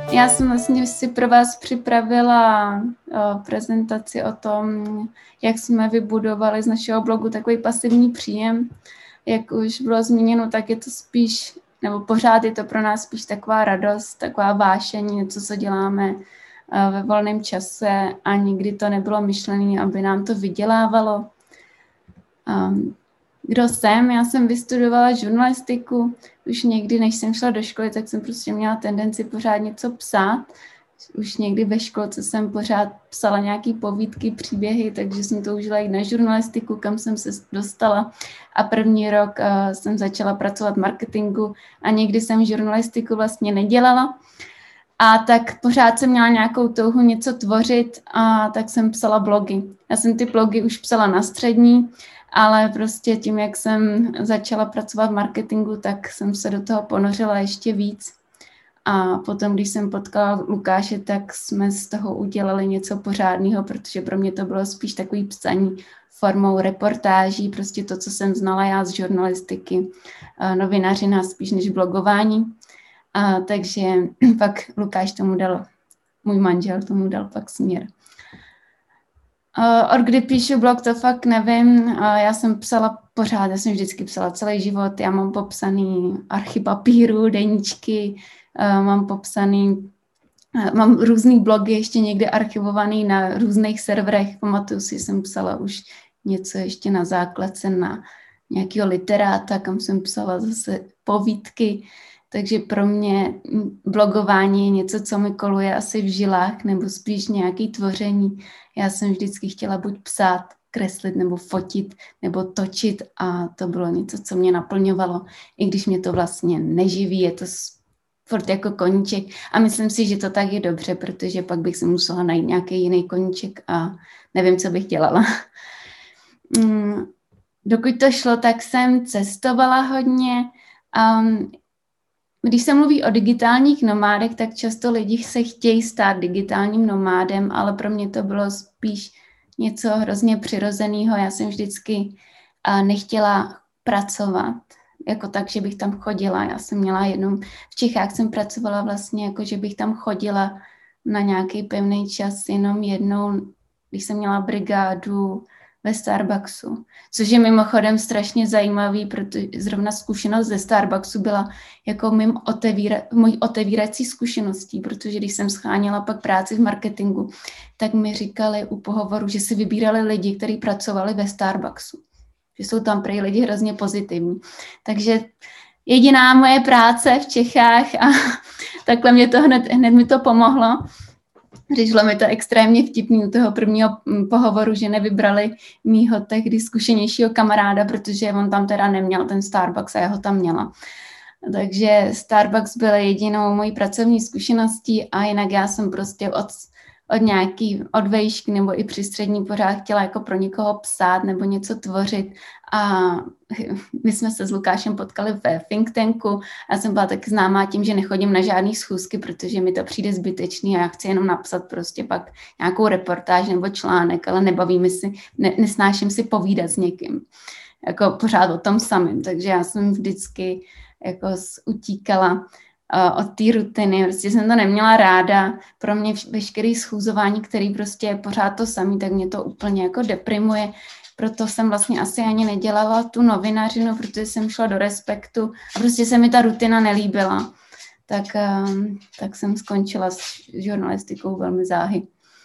Já jsem vlastně si pro vás připravila prezentaci o tom, jak jsme vybudovali z našeho blogu takový pasivní příjem. Jak už bylo zmíněno, tak je to spíš, nebo pořád je to pro nás spíš taková radost, taková vášení, něco, co děláme ve volném čase a nikdy to nebylo myšlené, aby nám to vydělávalo. Kdo jsem? Já jsem vystudovala žurnalistiku. Už někdy, než jsem šla do školy, tak jsem prostě měla tendenci pořád něco psát. Už někdy ve školce jsem pořád psala nějaké povídky, příběhy, takže jsem to užila i na žurnalistiku, kam jsem se dostala. A první rok jsem začala pracovat v marketingu a někdy jsem žurnalistiku vlastně nedělala. A tak pořád jsem měla nějakou touhu něco tvořit a tak jsem psala blogy. Já jsem ty blogy už psala na střední, ale prostě tím, jak jsem začala pracovat v marketingu, tak jsem se do toho ponořila ještě víc. A potom, když jsem potkala Lukáše, tak jsme z toho udělali něco pořádného, protože pro mě to bylo spíš takový psaní formou reportáží, prostě to, co jsem znala já z žurnalistiky, novinařina spíš než blogování. Takže pak Lukáš tomu dal, můj manžel tomu dal pak směr. Od kdy píšu blog, to fakt nevím. Já jsem psala pořád, já jsem vždycky psala celý život. Já mám popsaný archy papíru, deníčky, mám různý blogy ještě někde archivovaný na různých serverech. Pamatuju si, jsem psala už něco ještě na základce na nějakého literáta, kam jsem psala zase povídky. Takže pro mě blogování je něco, co mi koluje asi v žilách, nebo spíš nějaké tvoření. Já jsem vždycky chtěla buď psát, kreslit, nebo fotit, nebo točit a to bylo něco, co mě naplňovalo. I když mě to vlastně neživí, je to furt jako koníček. A myslím si, že to tak je dobře, protože pak bych si musela najít nějaký jiný koníček a nevím, co bych dělala. Dokud to šlo, tak jsem cestovala hodně. Když se mluví o digitálních nomádech, tak často lidi se chtějí stát digitálním nomádem, ale pro mě to bylo spíš něco hrozně přirozeného. Já jsem vždycky nechtěla pracovat, jako tak, že bych tam chodila. Já jsem měla v Čechách jsem pracovala vlastně, jako že bych tam chodila na nějaký pevný čas jenom jednou, když jsem měla brigádu ve Starbucksu, což je mimochodem strašně zajímavý, protože zrovna zkušenost ze Starbucksu byla jako mojí otevírací zkušeností, protože když jsem scháněla pak práci v marketingu, tak mi říkali u pohovoru, že si vybírali lidi, kteří pracovali ve Starbucksu, že jsou tam prý lidi hrozně pozitivní. Takže jediná moje práce v Čechách a takhle mě to hned mi to pomohlo. Přišlo mi to extrémně vtipný u toho prvního pohovoru, že nevybrali mýho tehdy zkušenějšího kamaráda, protože on tam teda neměl ten Starbucks a já ho tam měla. Takže Starbucks byl jedinou mojí pracovní zkušeností a jinak já jsem prostě od vejšky nebo i při střední pořád chtěla jako pro někoho psát nebo něco tvořit a my jsme se s Lukášem potkali ve think tanku. Já jsem byla taky známá tím, že nechodím na žádný schůzky, protože mi to přijde zbytečný a já chci jenom napsat prostě pak nějakou reportáž nebo článek, ale nebavíme si, nesnáším si povídat s někým. Jako pořád o tom samém, takže já jsem vždycky jako utíkala od té rutiny, prostě jsem to neměla ráda, pro mě veškerý schůzování, který prostě je pořád to samý, tak mě to úplně jako deprimuje, proto jsem vlastně asi ani nedělala tu novinařinu, protože jsem šla do Respektu a prostě se mi ta rutina nelíbila, tak jsem skončila s žurnalistikou velmi záhy.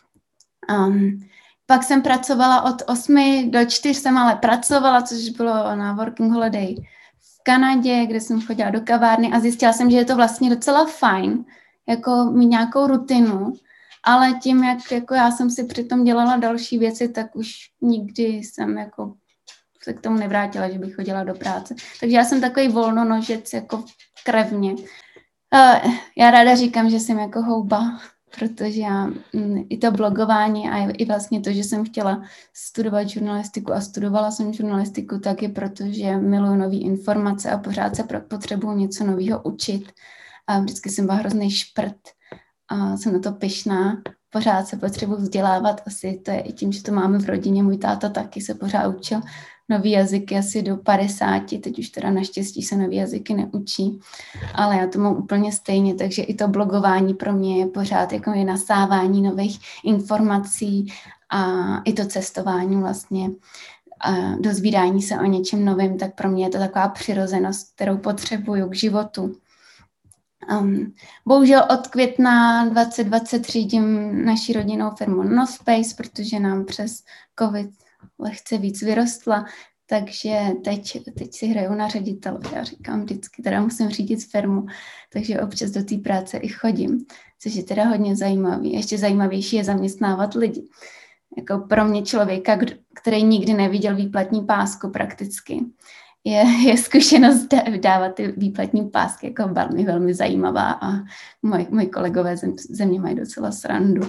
Pak jsem pracovala od 8 do 4 jsem ale pracovala, což bylo na working holiday Kanadě, kde jsem chodila do kavárny a zjistila jsem, že je to vlastně docela fajn, jako mít nějakou rutinu, ale tím, jak jako já jsem si přitom dělala další věci, tak už nikdy jsem jako se k tomu nevrátila, že bych chodila do práce. Takže já jsem takový volnonožec jako krevně. Já ráda říkám, že jsem jako houba, protože já i to blogování a i vlastně to, že jsem chtěla studovat žurnalistiku a studovala jsem žurnalistiku, tak je proto, že miluji nové informace a pořád se potřebuji něco nového učit. A vždycky jsem byla hrozný šprt a jsem na to pyšná. Pořád se potřebuji vzdělávat, asi to je i tím, že to máme v rodině. Můj táta taky se pořád učil. nový jazyky asi do 50, teď už teda naštěstí se nový jazyky neučí, ale já to mám úplně stejně, takže i to blogování pro mě je pořád jako je nasávání nových informací a i to cestování vlastně, a dozvídání se o něčem novém, tak pro mě je to taková přirozenost, kterou potřebuju k životu. Bohužel od května 2020 řídím naší rodinnou firmu NoSpace, protože nám přes COVID lehce víc vyrostla, takže teď si hraju na ředitele. Já říkám vždycky, teda musím řídit firmu, takže občas do té práce i chodím, což je teda hodně zajímavý. Ještě zajímavější je zaměstnávat lidi. Jako pro mě člověka, který nikdy neviděl výplatní pásku prakticky, je zkušenost dávat ty výplatní pásky jako velmi, velmi zajímavá a moji kolegové ze mě mají docela srandu.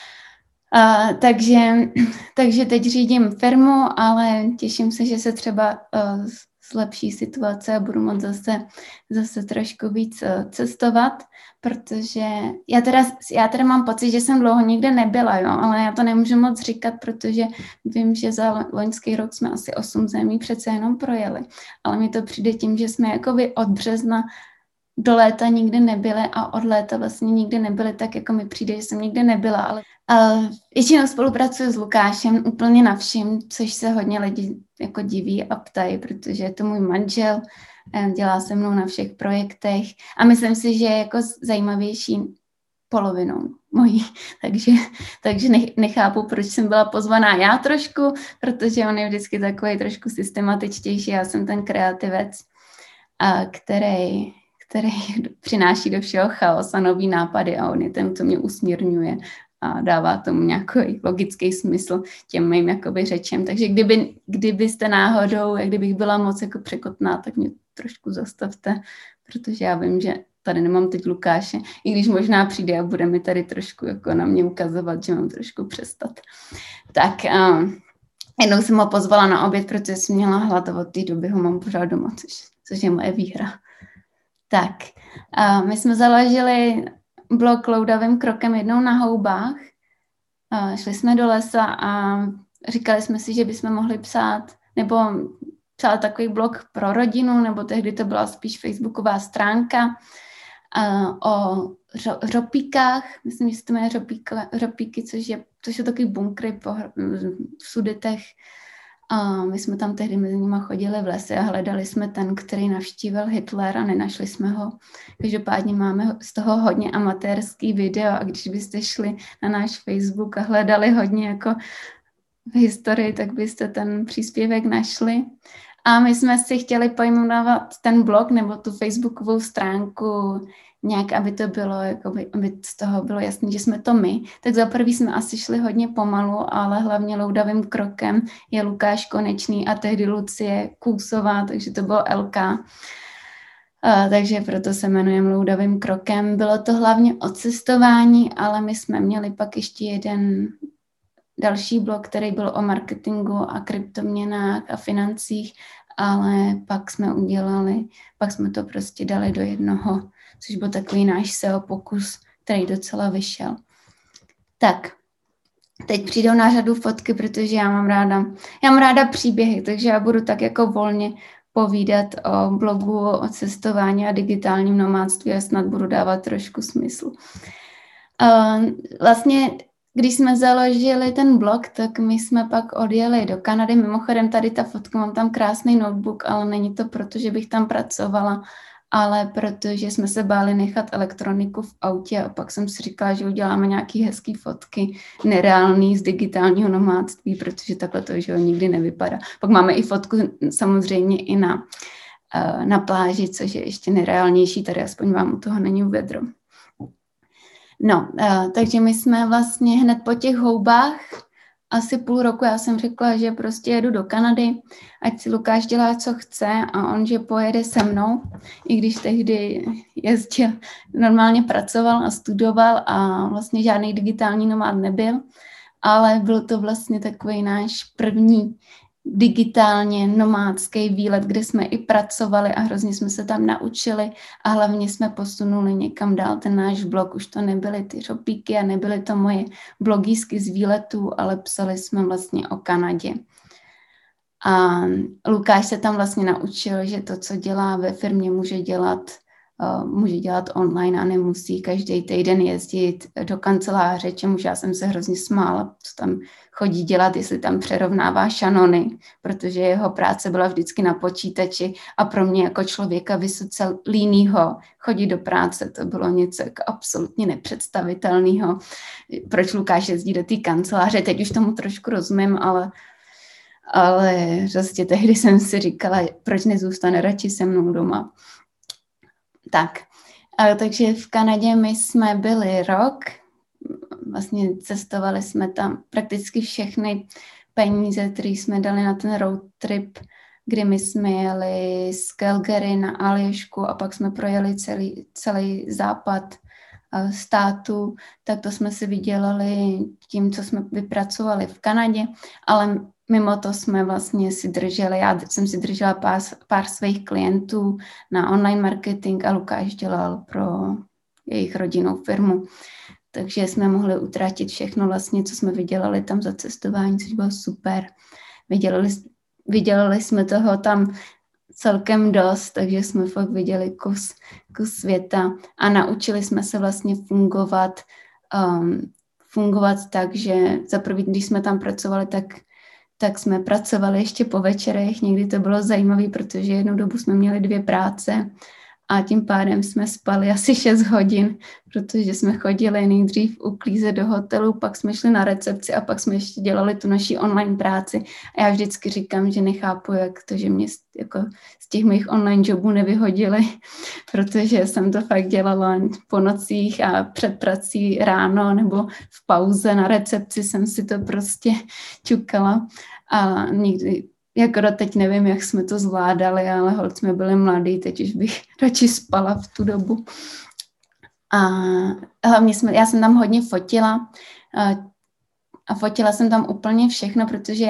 Takže teď řídím firmu, ale těším se, že se třeba zlepší situace a budu moct zase trošku víc cestovat, protože já teda mám pocit, že jsem dlouho nikde nebyla, jo, ale já to nemůžu moc říkat, protože vím, že za loňský rok jsme asi 8 zemí přece jenom projeli, ale mi to přijde tím, že jsme jakoby od března do léta nikdy nebyli a od léta vlastně nikdy nebyli, tak jako mi přijde, že jsem nikde nebyla, ale většinou spolupracuji s Lukášem úplně na všem, což se hodně lidi jako diví a ptají, protože je to můj manžel, dělá se mnou na všech projektech a myslím si, že je jako zajímavější polovinou mojí, takže nechápu, proč jsem byla pozvaná já trošku, protože on je vždycky takový trošku systematičtější, já jsem ten kreativec, který přináší do všeho chaos a nový nápady a on je ten, co mě usmírňuje a dává tomu nějaký logický smysl těm mým jakoby řečem. Takže kdybyste náhodou, kdybych byla moc jako překotná, tak mě trošku zastavte, protože já vím, že tady nemám teď Lukáše, i když možná přijde a bude mi tady trošku jako na mě ukazovat, že mám trošku přestat. Tak jednou jsem ho pozvala na oběd, protože jsem měla hlad a od té doby ho mám pořád doma, což je moje výhra. Tak, my jsme založili blog Loudavým krokem jednou na houbách. Šli jsme do lesa a říkali jsme si, že bychom mohli psát takový blog pro rodinu, nebo tehdy to byla spíš facebooková stránka o řopíkách. Myslím, že se to jmenuje řopíky, což jsou takový bunkry v Sudetech. A my jsme tam tehdy mezi nimi chodili v lese a hledali jsme ten, který navštívil Hitler a nenašli jsme ho. Každopádně máme z toho hodně amatérský video a když byste šli na náš Facebook a hledali hodně jako v historii, tak byste ten příspěvek našli. A my jsme si chtěli pojmenovat ten blog nebo tu facebookovou stránku nějak, aby to bylo, aby z toho bylo jasné, že jsme to my. Tak za prvý jsme asi šli hodně pomalu, ale hlavně loudavým krokem je Lukáš Konečný a tehdy Lucie Kůsová, takže to bylo LK. Takže proto se jmenujeme Loudavým krokem. Bylo to hlavně o cestování, ale my jsme měli pak ještě jeden další blog, který byl o marketingu a kryptoměnách a financích, ale pak jsme to prostě dali do jednoho, což byl takový náš SEO pokus, který docela vyšel. Tak, teď přijdou na řadu fotky, protože já mám ráda příběhy, takže já budu tak jako volně povídat o blogu, o cestování a digitálním nomádství a snad budu dávat trošku smysl. Vlastně když jsme založili ten blog, tak my jsme pak odjeli do Kanady. Mimochodem tady ta fotka, mám tam krásný notebook, ale není to proto, že bych tam pracovala, ale protože jsme se báli nechat elektroniku v autě a pak jsem si říkala, že uděláme nějaký hezký fotky nereálný z digitálního nomádství, protože takhle to že nikdy nevypadá. Pak máme i fotku samozřejmě i na pláži, což je ještě nereálnější, tady aspoň vám u toho není vedro. No, takže my jsme vlastně hned po těch houbách, asi půl roku, já jsem řekla, že prostě jedu do Kanady, ať si Lukáš dělá, co chce a on, že pojede se mnou, i když tehdy jezdil, normálně pracoval a studoval a vlastně žádný digitální nomád nebyl, ale byl to vlastně takový náš první digitálně nomádský výlet, kde jsme i pracovali a hrozně jsme se tam naučili a hlavně jsme posunuli někam dál ten náš blog. Už to nebyly ty řopíky a nebyly to moje blogísky z výletů, ale psali jsme vlastně o Kanadě. A Lukáš se tam vlastně naučil, že to, co dělá ve firmě, může dělat online a nemusí každý týden jezdit do kanceláře, čemuž já jsem se hrozně smála, co tam chodí dělat, jestli tam přerovnává šanony, protože jeho práce byla vždycky na počítači a pro mě jako člověka vysoce línýho chodit do práce, to bylo něco jako absolutně nepředstavitelného. Proč Lukáš jezdí do té kanceláře, teď už tomu trošku rozumím, ale prostě tehdy jsem si říkala, proč nezůstane radši se mnou doma. Tak, takže v Kanadě my jsme byli rok, vlastně cestovali jsme tam prakticky všechny peníze, které jsme dali na ten road trip, kdy my jsme jeli z Calgary na Alješku a pak jsme projeli celý západ státu, tak to jsme si vydělali tím, co jsme vypracovali v Kanadě, ale mimo to jsme vlastně si drželi, já jsem si držela pár svých klientů na online marketing a Lukáš dělal pro jejich rodinnou firmu. Takže jsme mohli utratit všechno vlastně, co jsme vydělali tam za cestování, což bylo super. Vydělali jsme toho tam celkem dost, takže jsme fakt viděli kus světa a naučili jsme se vlastně fungovat tak, že za první, když jsme tam pracovali, tak jsme pracovali ještě po večerech. Někdy to bylo zajímavé, protože jednu dobu jsme měli 2 práce a tím pádem jsme spali asi 6 hodin, protože jsme chodili nejdřív uklízet do hotelu, pak jsme šli na recepci a pak jsme ještě dělali tu naši online práci. A já vždycky říkám, že nechápu, jak to, že mě jako z těch mých online jobů nevyhodili, protože jsem to fakt dělala po nocích a před prací ráno nebo v pauze na recepci jsem si to prostě čukala a nikdy jako teď nevím, jak jsme to zvládali, ale holt jsme byli mladí, teď už bych radši spala v tu dobu. A hlavně já jsem tam hodně fotila a fotila jsem tam úplně všechno, protože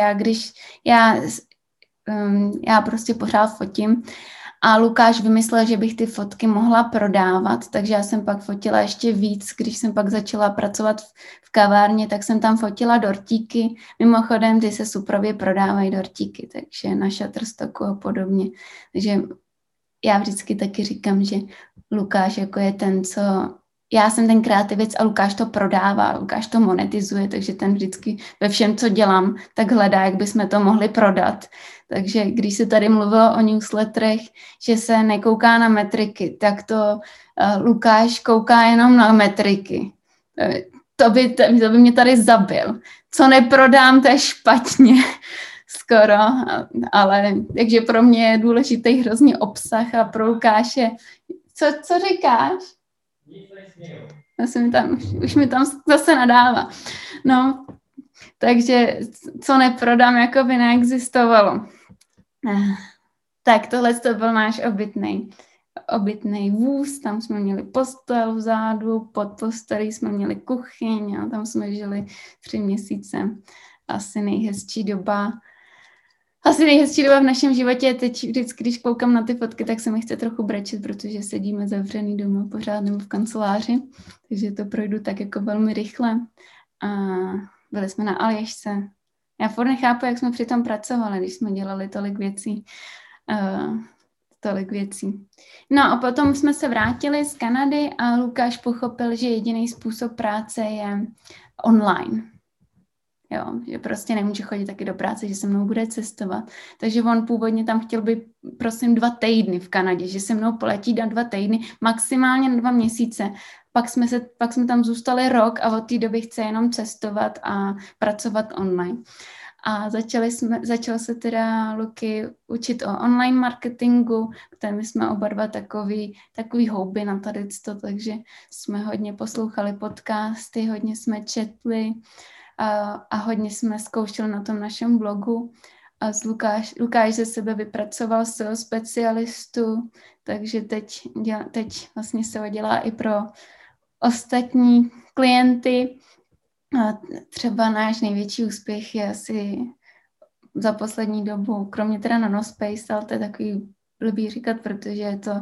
já prostě pořád fotím a Lukáš vymyslel, že bych ty fotky mohla prodávat, takže já jsem pak fotila ještě víc, když jsem pak začala pracovat v kavárně, tak jsem tam fotila dortíky. Mimochodem, ty se suprově prodávají dortíky, takže na Shutterstocku a podobně. Takže já vždycky taky říkám, že Lukáš jako je ten, co... Já jsem ten kreativec a Lukáš to prodává, Lukáš to monetizuje, takže ten vždycky ve všem, co dělám, tak hledá, jak bychom to mohli prodat. Takže když se tady mluvilo o newsletterech, že se nekouká na metriky, tak to Lukáš kouká jenom na metriky. To by mě tady zabil. Co neprodám, to je špatně. Skoro, ale takže pro mě je důležitý hrozně obsah a pro Lukáše. Co říkáš? Už mi tam zase nadává. No, takže co neprodám, jako by neexistovalo. Tak tohle to byl náš obytný vůz, tam jsme měli postel vzadu, pod postelí jsme měli kuchyň a tam jsme žili 3 měsíce. Asi nejhezčí doba v našem životě. Teď vždycky, když koukám na ty fotky, tak se mi chce trochu brečet, protože sedíme zavřený doma pořád nebo v kanceláři, takže to projdu tak jako velmi rychle. A byli jsme na Aljašce. Já furt nechápu, jak jsme přitom pracovali, když jsme dělali tolik věcí. No a potom jsme se vrátili z Kanady a Lukáš pochopil, že jediný způsob práce je online. Jo, že prostě nemůže chodit taky do práce, že se mnou bude cestovat. Takže on původně tam chtěl být, prosím, 2 týdny v Kanadě, že se mnou poletí na 2 týdny, maximálně na 2 měsíce. Pak jsme tam zůstali rok a od té doby chce jenom cestovat a pracovat online. A začal se teda Luky učit o online marketingu, které my jsme oba dva takový houby na tady to, takže jsme hodně poslouchali podcasty, hodně jsme četli, a hodně jsme zkoušeli na tom našem blogu. A Lukáš ze sebe vypracoval SEO specialistu, takže teď vlastně SEO dělá i pro ostatní klienty. A třeba náš největší úspěch je asi za poslední dobu, kromě teda Nanospace, ale to je takový blbý říkat, protože je to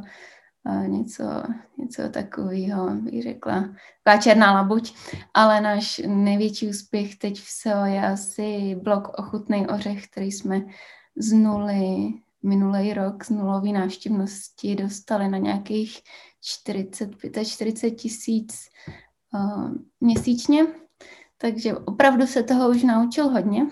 něco takového, bych řekla, taková černá labuť, ale náš největší úspěch teď v SEO je asi blog Ochutnej ořech, který jsme z nuly minulý rok z nulové návštěvnosti dostali na nějakých 40 tisíc měsíčně. Takže opravdu se toho už naučil hodně.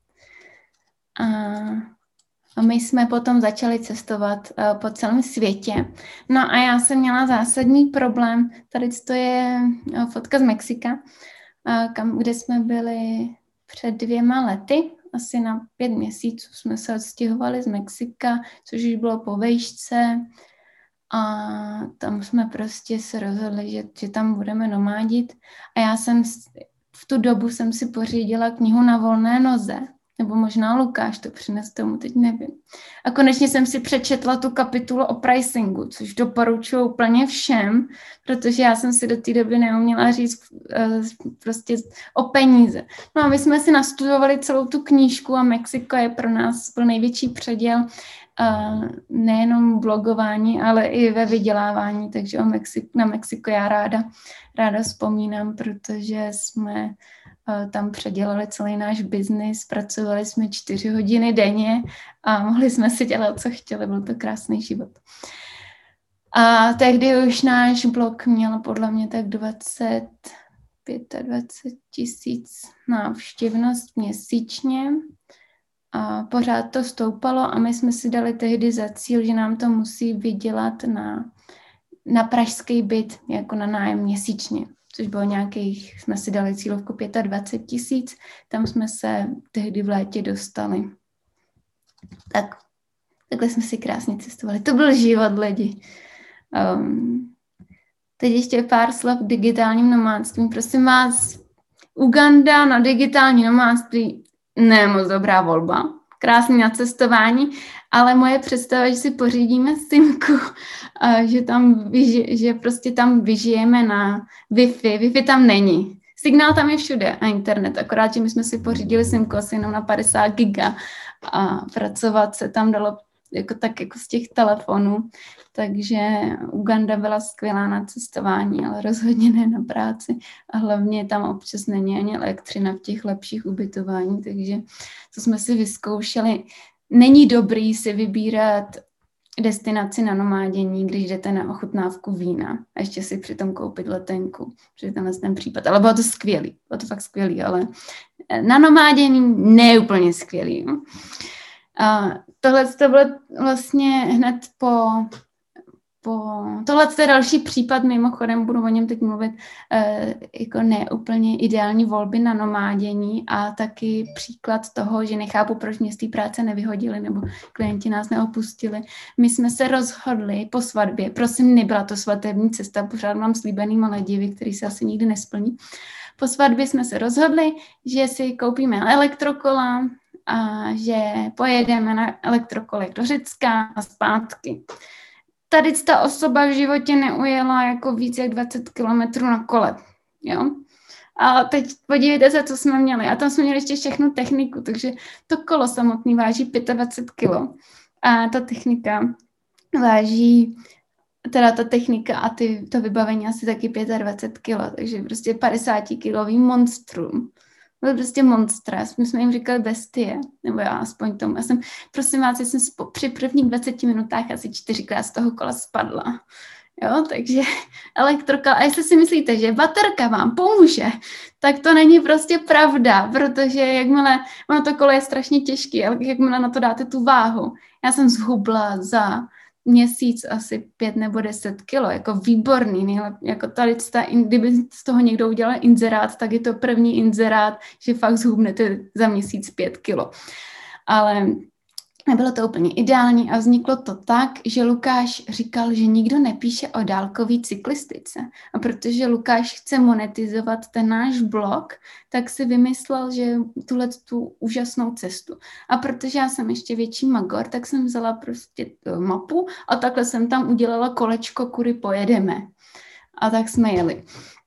A my jsme potom začali cestovat po celém světě. No a já jsem měla zásadní problém. Tady to je fotka z Mexika, kde jsme byli před 2 lety. Asi na 5 měsíců jsme se odstěhovali z Mexika, což už bylo po vejšce. A tam jsme prostě se rozhodli, že tam budeme nomádit. A já jsem v tu dobu jsem si pořídila knihu Na volné noze. Nebo možná Lukáš to přines tomu, teď nevím. A konečně jsem si přečetla tu kapitulu o pricingu, což doporučuji úplně všem, protože já jsem si do té doby neuměla říct prostě o peníze. No a my jsme si nastudovali celou tu knížku a Mexiko je pro nás byl největší předěl nejenom blogování, ale i ve vydělávání, takže na Mexiko já ráda vzpomínám, protože jsme tam předělali celý náš biznis, pracovali jsme 4 hodiny denně a mohli jsme si dělat, co chtěli, byl to krásný život. A tehdy už náš blog měl podle mě tak 25 tisíc návštěvnost měsíčně a pořád to stoupalo a my jsme si dali tehdy za cíl, že nám to musí vydělat na pražský byt, jako na nájem měsíčně, což bylo nějakých, jsme si dali cílovku 25 tisíc, tam jsme se tehdy v létě dostali. Takhle jsme si krásně cestovali. To byl život lidi. Teď ještě pár slov k digitálním nomádstvím. Prosím vás, Uganda na digitální nomádství ne moc dobrá volba. Krásný na cestování, ale moje představa, že si pořídíme simku, že prostě tam vyžijeme na Wi-Fi. Wi-Fi tam není. Signál tam je všude a internet, akorát, že my jsme si pořídili simku asi jenom na 50 giga a pracovat se tam dalo jako z těch telefonů. Takže Uganda byla skvělá na cestování, ale rozhodně ne na práci. A hlavně tam občas není ani elektřina v těch lepších ubytování, takže to jsme si vyzkoušeli. Není dobrý si vybírat destinaci na nomádění, když jdete na ochutnávku vína a ještě si přitom koupit letenku, protože tenhle ten případ. Ale bylo to fakt skvělý, ale na nomádění ne úplně skvělý. Tohle to bylo vlastně hned tohle je další případ, mimochodem budu o něm teď mluvit, jako neúplně ideální volby na nomádění a taky příklad toho, že nechápu, proč mě z té práce nevyhodili nebo klienti nás neopustili. My jsme se rozhodli po svatbě, prosím, nebyla to svatební cesta, pořád mám slíbený Maledivy, který se asi nikdy nesplní. Po svatbě jsme se rozhodli, že si koupíme elektrokola a že pojedeme na elektrokolech do Řecka a zpátky. Tady ta osoba v životě neujela jako víc jak 20 kilometrů na kole, jo. A teď podívejte se, co jsme měli. A tam jsme měli ještě všechnu techniku, takže to kolo samotný váží 25 kilo. A ta technika váží, teda ta technika a to vybavení asi taky 25 kilo, takže prostě 50-kilový monstrum. Byl prostě monstra, my jsme jim říkali bestie, nebo já aspoň tomu. Prosím vás, jsem při prvních 20 minutách asi 4krát z toho kola spadla. Jo, takže elektrokola. A jestli si myslíte, že baterka vám pomůže, tak to není prostě pravda, protože jakmile, ono to kolo je strašně těžké, ale jakmile na to dáte tu váhu, já jsem zhubla za měsíc asi 5 nebo 10 kilo, jako výborný, jako tady, kdyby z toho někdo udělal inzerát, tak je to první inzerát, že fakt zhubnete za měsíc 5 kilo. Ale nebylo to úplně ideální a vzniklo to tak, že Lukáš říkal, že nikdo nepíše o dálkové cyklistice. A protože Lukáš chce monetizovat ten náš blog, tak si vymyslel, že tu úžasnou cestu. A protože já jsem ještě větší magor, tak jsem vzala prostě mapu a takhle jsem tam udělala kolečko, kudy pojedeme. A tak jsme jeli.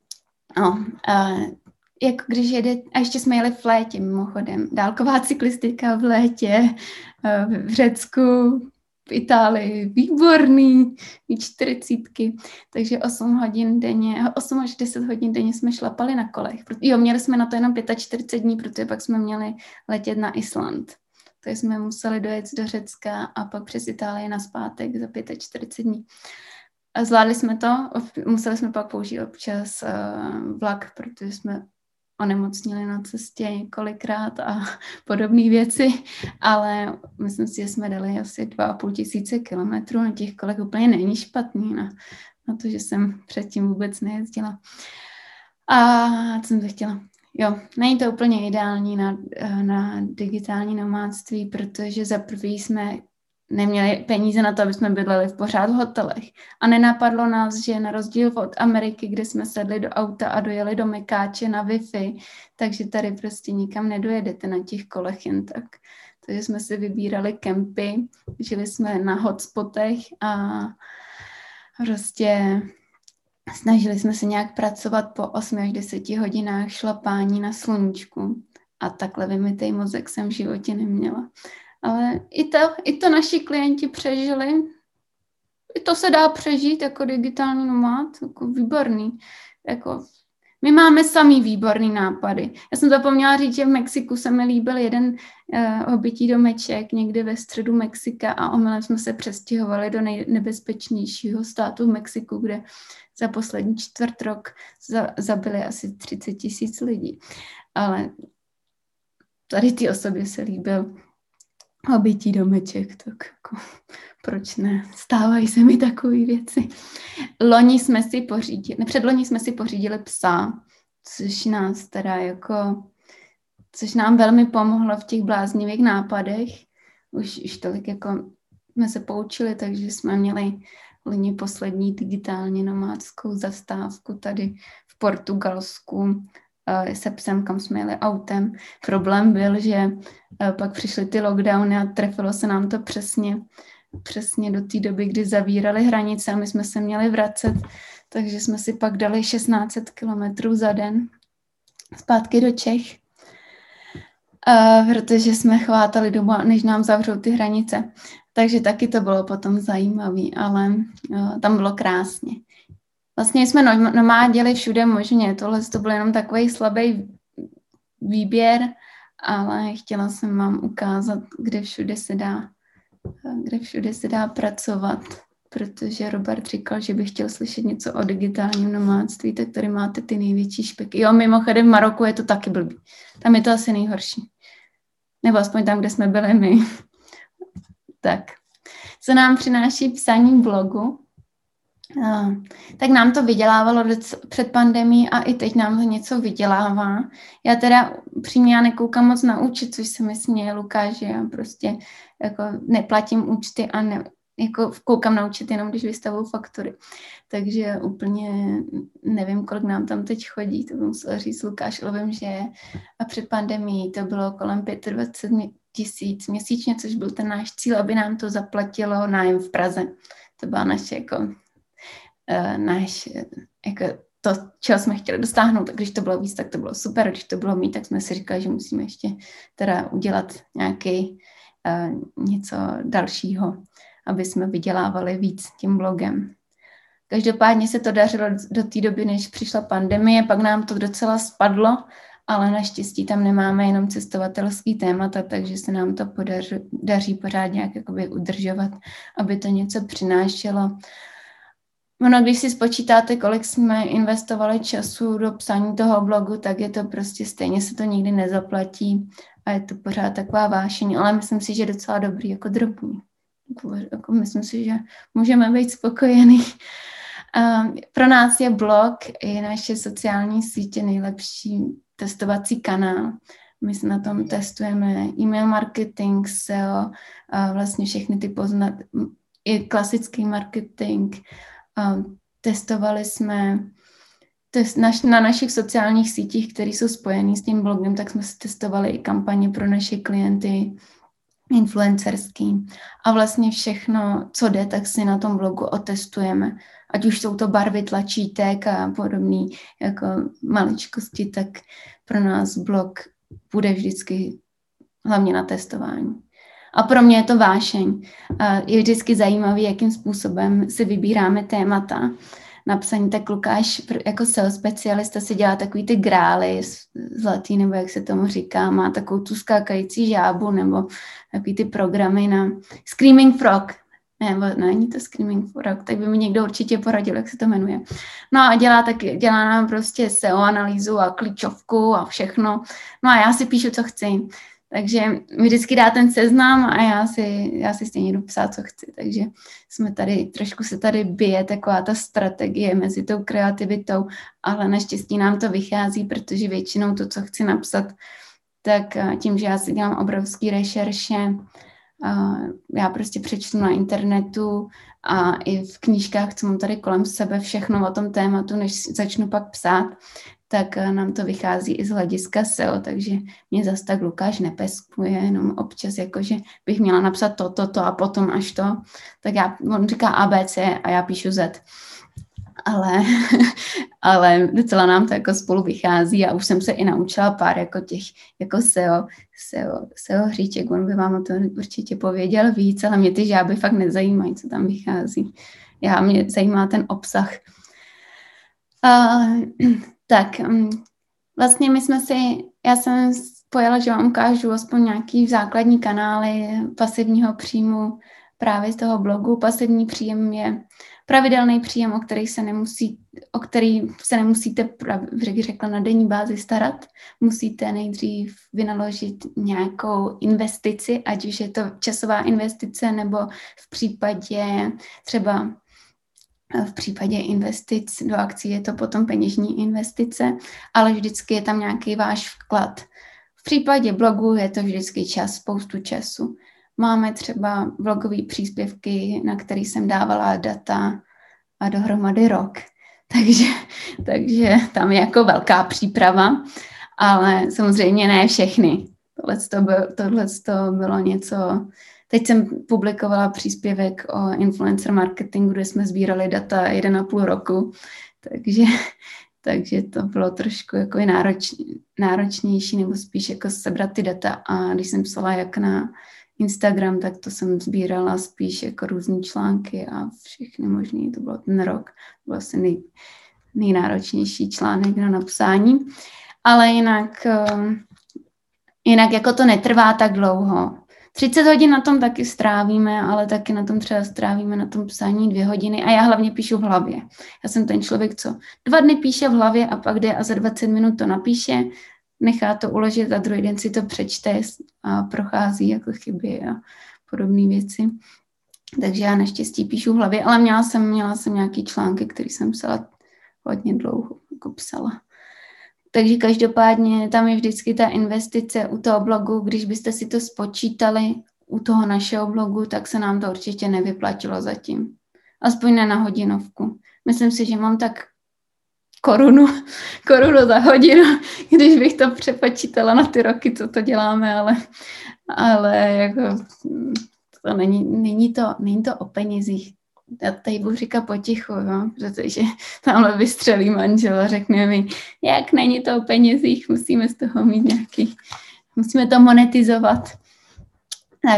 Jako když jede, a ještě jsme jeli v létě mimochodem, dálková cyklistika v létě, v Řecku, v Itálii, výborný, 40, takže 8 až 10 hodin denně jsme šlapali na kolech. Jo, měli jsme na to jenom 45 dní, protože pak jsme měli letět na Island. tak jsme museli dojet do Řecka a pak přes Itálii nazpátek za 45 dní. A zvládli jsme to, museli jsme pak použít občas vlak, protože jsme onemocnili na cestě několikrát a podobné věci, ale myslím si, že jsme dali asi 2500 kilometrů na těch kolech, úplně není špatný na to, že jsem předtím vůbec nejezdila. A co jsem to chtěla? Jo, není to úplně ideální na digitální nomádství, protože za prvý jsme neměli peníze na to, aby jsme bydleli v pořád v hotelech. A nenapadlo nás, že na rozdíl od Ameriky, kde jsme sedli do auta a dojeli do Mekáče na Wi-Fi, takže tady prostě nikam nedojedete na těch kolech jen tak. Takže jsme si vybírali kempy, žili jsme na hotspotech a prostě snažili jsme se nějak pracovat po 8 až 10 hodinách šlapání na sluníčku. A takhle vymytej mozek jsem v životě neměla. Ale i to naši klienti přežili. I to se dá přežít jako digitální nomád, jako výborný. Jako, my máme samý výborný nápady. Já jsem zapomněla říct, že v Mexiku se mi líbil jeden obytý domeček někde ve středu Mexika a omylem jsme se přestěhovali do nejnebezpečnějšího státu v Mexiku, kde za poslední čtvrt rok zabili asi 30 000 lidí. Ale tady ty osobě se líbil obytý domeček, tak jako, proč ne? Stávají se mi takové věci. Předloni jsme si pořídili psa, což nám velmi pomohlo v těch bláznivých nápadech. Už tolik jako jsme se poučili, takže jsme měli loni poslední digitálně nomádskou zastávku tady v Portugalsku se psem, kam jsme jeli autem. Problém byl, že pak přišly ty lockdowny a trefilo se nám to přesně do té doby, kdy zavírali hranice a my jsme se měli vracet, takže jsme si pak dali 1600 kilometrů za den zpátky do Čech, protože jsme chvátali dobu, než nám zavřou ty hranice. Takže taky to bylo potom zajímavé, ale tam bylo krásně. Vlastně jsme nomádili všude možně, tohle to byl jenom takový slabý výběr, ale chtěla jsem vám ukázat, kde všude se dá pracovat, protože Robert říkal, že by chtěl slyšet něco o digitálním nomádství, tak tady máte ty největší špeky. Jo, mimochodem v Maroku je to taky blbý. Tam je to asi nejhorší. Nebo aspoň tam, kde jsme byli my. Tak. Co nám přináší psaní blogu? Tak nám to vydělávalo před pandemií a i teď nám to něco vydělává. Já teda přímě nekoukám moc na účty, což se mi směje Lukáš, že já prostě jako neplatím účty a jako koukám na účty jenom, když vystavuju faktury. Takže úplně nevím, kolik nám tam teď chodí, to bych musela říct Lukášovým, že a před pandemií to bylo kolem 25 000 měsíčně, což byl ten náš cíl, aby nám to zaplatilo nájem v Praze. To byla naše jako to, čeho jsme chtěli dostáhnout, tak když to bylo víc, tak to bylo super, když to bylo mít, tak jsme si říkali, že musíme ještě teda udělat nějaký něco dalšího, aby jsme vydělávali víc tím blogem. Každopádně se to dařilo do té doby, než přišla pandemie, pak nám to docela spadlo, ale naštěstí tam nemáme jenom cestovatelský témata, takže se nám to daří pořád nějak jakoby udržovat, aby to něco přinášelo. Ono, když si spočítáte, kolik jsme investovali času do psání toho blogu, tak je to prostě stejně, se to nikdy nezaplatí a je to pořád taková vášeň, ale myslím si, že je docela dobrý jako drobný. Jako myslím si, že můžeme být spokojení. Pro nás je blog i naše sociální sítě nejlepší testovací kanál. My se na tom testujeme e-mail marketing, SEO, vlastně všechny ty i klasický marketing. Testovali jsme na našich sociálních sítích, které jsou spojené s tím blogem, tak jsme si testovali i kampaně pro naše klienty influencerský. A vlastně všechno, co jde, tak si na tom blogu otestujeme. Ať už jsou to barvy tlačítek a podobné jako maličkosti, tak pro nás blog bude vždycky hlavně na testování. A pro mě je to vášeň. Je vždycky zajímavý, jakým způsobem si vybíráme témata. na psaní, tak Lukáš jako SEO specialista si dělá takový ty grály zlatý, nebo jak se tomu říká, má takovou tu skákající žábu, nebo takový ty programy na Screaming Frog, nebo není to Screaming Frog, tak by mi někdo určitě poradil, jak se to jmenuje. No a dělá nám prostě SEO analýzu a klíčovku a všechno. No a já si píšu, co chci. Takže mi vždycky dá ten seznam a já si stejně jdu psát, co chci. Takže trošku se tady bije taková ta strategie mezi tou kreativitou, ale naštěstí nám to vychází, protože většinou to, co chci napsat, tak tím, že já si dělám obrovský rešerše, já prostě přečtu na internetu a i v knížkách, co mám tady kolem sebe, všechno o tom tématu, než začnu pak psát, tak nám to vychází i z hlediska SEO, takže mě zas tak Lukáš nepeskuje, jenom občas jakože bych měla napsat to a potom až to, tak on říká ABC a já píšu Z. Ale docela nám to jako spolu vychází a už jsem se i naučila pár jako těch jako SEO hříček, on by vám o to určitě pověděl víc, ale mě ty žáby fakt nezajímají, co tam vychází. Mě zajímá ten obsah. Tak, vlastně já jsem spojila, že vám ukážu aspoň nějaký základní kanály pasivního příjmu právě z toho blogu. Pasivní příjem je pravidelný příjem, o který se nemusíte, řekla, na denní bázi starat. Musíte nejdřív vynaložit nějakou investici, ať už je to časová investice, nebo v případě investic do akcí je to potom peněžní investice, ale vždycky je tam nějaký váš vklad. V případě blogu je to vždycky spoustu času. Máme třeba blogové příspěvky, na které jsem dávala data a dohromady rok. Takže tam je jako velká příprava, ale samozřejmě ne všechny. Tohle bylo něco. Teď jsem publikovala příspěvek o influencer marketingu, kde jsme sbírali data 1,5 roku, takže to bylo trošku jako náročnější, nebo spíš jako sebrat ty data. A když jsem psala jak na Instagram, tak to jsem sbírala spíš jako různý články a všechny možný. To bylo ten rok. To byl asi nejnáročnější článek na napsání. Ale jinak jako to netrvá tak dlouho. 30 hodin na tom taky strávíme, ale taky na tom třeba strávíme na tom psání 2 hodiny a já hlavně píšu v hlavě. Já jsem ten člověk, co 2 dny píše v hlavě a pak jde a za 20 minut to napíše, nechá to uložit a druhý den si to přečte a prochází jako chyby a podobné věci. Takže já naštěstí píšu v hlavě, ale měla jsem nějaký články, který jsem psala hodně dlouho, jako psala. Takže každopádně tam je vždycky ta investice u toho blogu, když byste si to spočítali u toho našeho blogu, tak se nám to určitě nevyplatilo zatím. Aspoň ne na hodinovku. Myslím si, že mám tak korunu za hodinu, když bych to přepočítala na ty roky, co to děláme, ale jako to není to o penězích. Já tady budu říkat potichu, jo, protože tamhle vystřelí manžel a řekne mi, jak není to o penězích, musíme z toho mít musíme to monetizovat. Tak,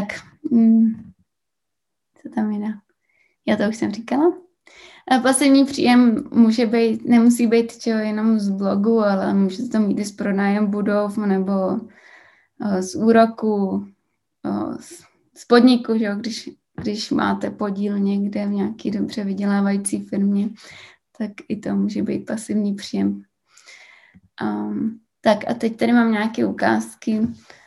co tam jinak? Já to už jsem říkala. A pasivní příjem nemusí být jenom z blogu, ale může to mít i z pronájem budov nebo z úroku, z podniku, že? Když máte podíl někde v nějaký dobře vydělávající firmě, tak i to může být pasivní příjem. Tak a teď tady mám nějaké ukázky.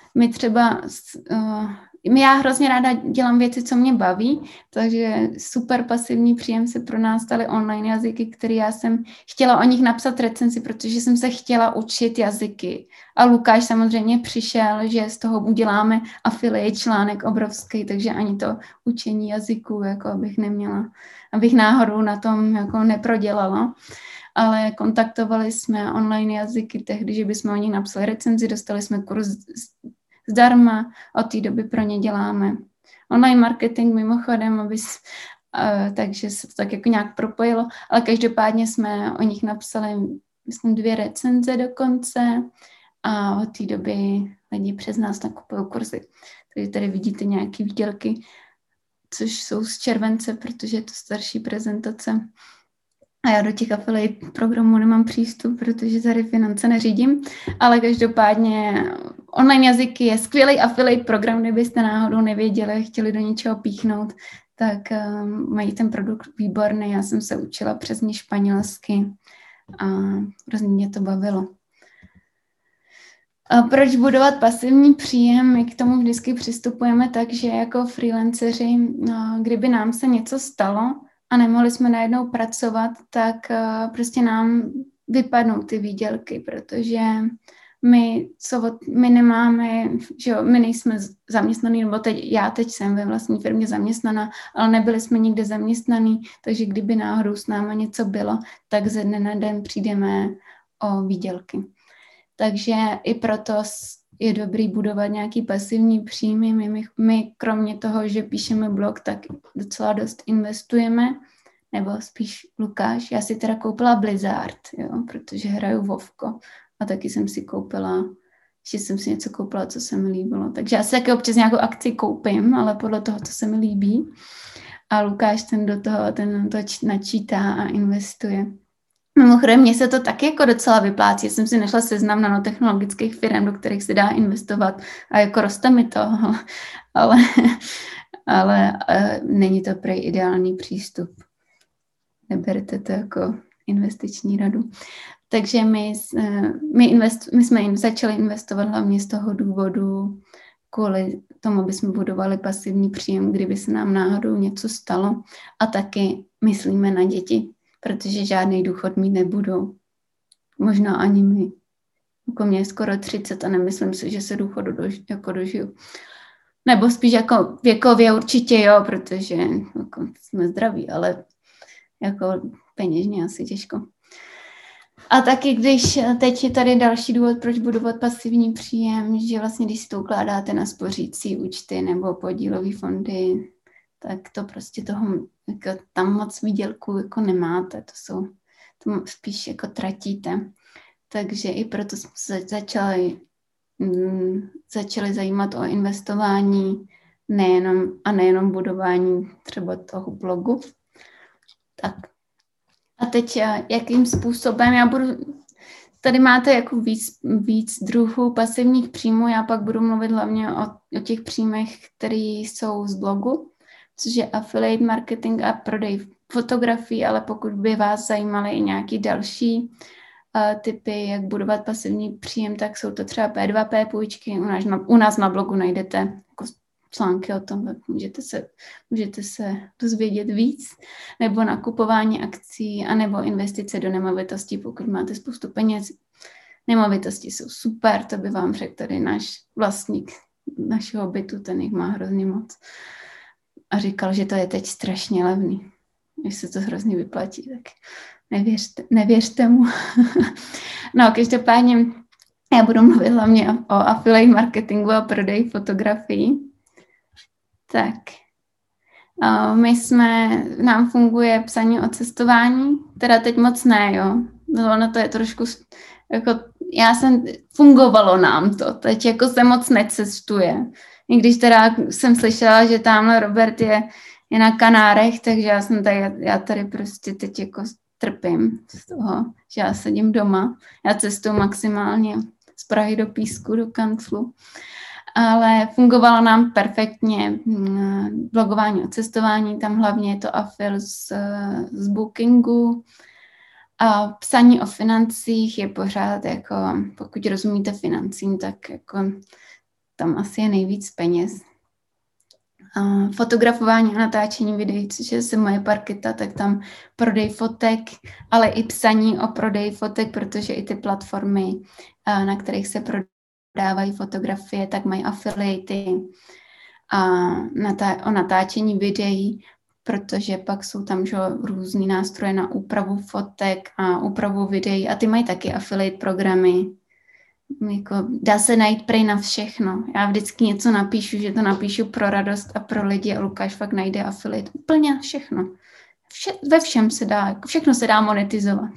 Já hrozně ráda dělám věci, co mě baví, takže super pasivní příjem se pro nás staly online jazyky, které já jsem chtěla o nich napsat recenzi, protože jsem se chtěla učit jazyky. A Lukáš samozřejmě přišel, že z toho uděláme affiliate článek obrovský, takže ani to učení jazyků, jako abych náhodou na tom jako neprodělala. Ale kontaktovali jsme online jazyky tehdy, že bychom o nich napsali recenzi, dostali jsme kurz zdarma, od té doby pro ně děláme online marketing mimochodem, takže se to tak jako nějak propojilo, ale každopádně jsme o nich napsali, myslím, 2 recenze dokonce a od té doby lidi přes nás nakupují kurzy. Takže tady vidíte nějaké výdělky, což jsou z července, protože je to starší prezentace. A já do těch affiliate programů nemám přístup, protože tady finance neřídím, ale každopádně online jazyky je skvělý affiliate program, kdybyste náhodou nevěděli, chtěli do něčeho píchnout, tak mají ten produkt výborný. Já jsem se učila přes ně španělsky a hrozně mě to bavilo. A proč budovat pasivní příjem? My k tomu vždycky přistupujeme tak, že jako freelanceři, kdyby nám se něco stalo a nemohli jsme najednou pracovat, tak prostě nám vypadnou ty výdělky, protože my nemáme, že jo, my nejsme zaměstnaný, nebo já teď jsem ve vlastní firmě zaměstnaná, ale nebyli jsme nikde zaměstnaný, takže kdyby náhodou s náma něco bylo, tak ze dne na den přijdeme o výdělky. Takže i proto je dobrý budovat nějaký pasivní příjmy. My kromě toho, že píšeme blog, tak docela dost investujeme, nebo spíš Lukáš. Já si teda koupila Blizzard, jo, protože hraju Vovko a taky jsem si koupila, že jsem si něco koupila, co se mi líbilo. Takže já si taky občas nějakou akci koupím, ale podle toho, co se mi líbí. A Lukáš ten to načítá a investuje. Mimochodem, mně se to taky jako docela vyplácí. Já jsem si našla seznam nanotechnologických firm, do kterých se dá investovat a jako roste mi to, ale není to prej ideální přístup. Neberte to jako investiční radu. Takže my jsme začali investovat hlavně z toho důvodu, kvůli tomu, aby jsme budovali pasivní příjem, kdyby se nám náhodou něco stalo. A taky myslíme na děti, protože žádný důchod mít nebudou. Možná ani my. Jako mě je skoro 30 a nemyslím si, že se důchodu dožiju. Nebo spíš jako věkově určitě jo, protože jako jsme zdraví, ale jako peněžně asi těžko. A taky teď je tady další důvod, proč budovat pasivní příjem, že vlastně když si to ukládáte na spořící účty nebo podílové fondy, tak to prostě toho, jako tam moc výdělku jako nemáte, to spíš jako tratíte. Takže i proto jsme se začali zajímat o investování nejenom budování třeba toho blogu. Tak. A teď jakým způsobem tady máte jako víc druhů pasivních příjmů, já pak budu mluvit hlavně o těch příjmech, které jsou z blogu, což je affiliate marketing a prodej fotografií, ale pokud by vás zajímaly i nějaký další typy, jak budovat pasivní příjem, tak jsou to třeba P2P půjčky. U nás na blogu najdete jako články o tom, můžete se dozvědět víc, nebo nakupování akcí, anebo investice do nemovitostí, pokud máte spoustu peněz. Nemovitosti jsou super, to by vám řekl tady náš vlastník našeho bytu, ten jich má hrozně moc. A říkal, že to je teď strašně levný, že se to hrozně vyplatí, tak nevěřte mu. No, každopádně já budu mluvit hlavně o affiliate marketingu a prodeji fotografií. Tak, nám funguje psaní o cestování, teda teď moc ne, jo. Ono to je trošku, jako, fungovalo nám to, teď jako se moc necestuje. I když teda jsem slyšela, že tamhle Robert je na Kanárech, takže já tady prostě teď jako trpím z toho, že já sedím doma. Já cestuju maximálně z Prahy do Písku, do kanclu. Ale fungovalo nám perfektně blogování o cestování, tam hlavně je to affil z Bookingu. A psaní o financích je pořád jako, pokud rozumíte financím, tak jako tam asi je nejvíc peněz. A fotografování a natáčení videí, což je moje parketa, tak tam prodej fotek, ale i psaní o prodej fotek, protože i ty platformy, na kterých se prodávají fotografie, tak mají affiliaty a o natáčení videí, protože pak jsou tam různý nástroje na úpravu fotek a úpravu videí a ty mají taky affiliate programy. Jako, dá se najít prej na všechno. Já vždycky něco napíšu, že to napíšu pro radost a pro lidi a Lukáš fakt najde affiliate. Úplně na všechno. Ve všem se dá, jako všechno se dá monetizovat.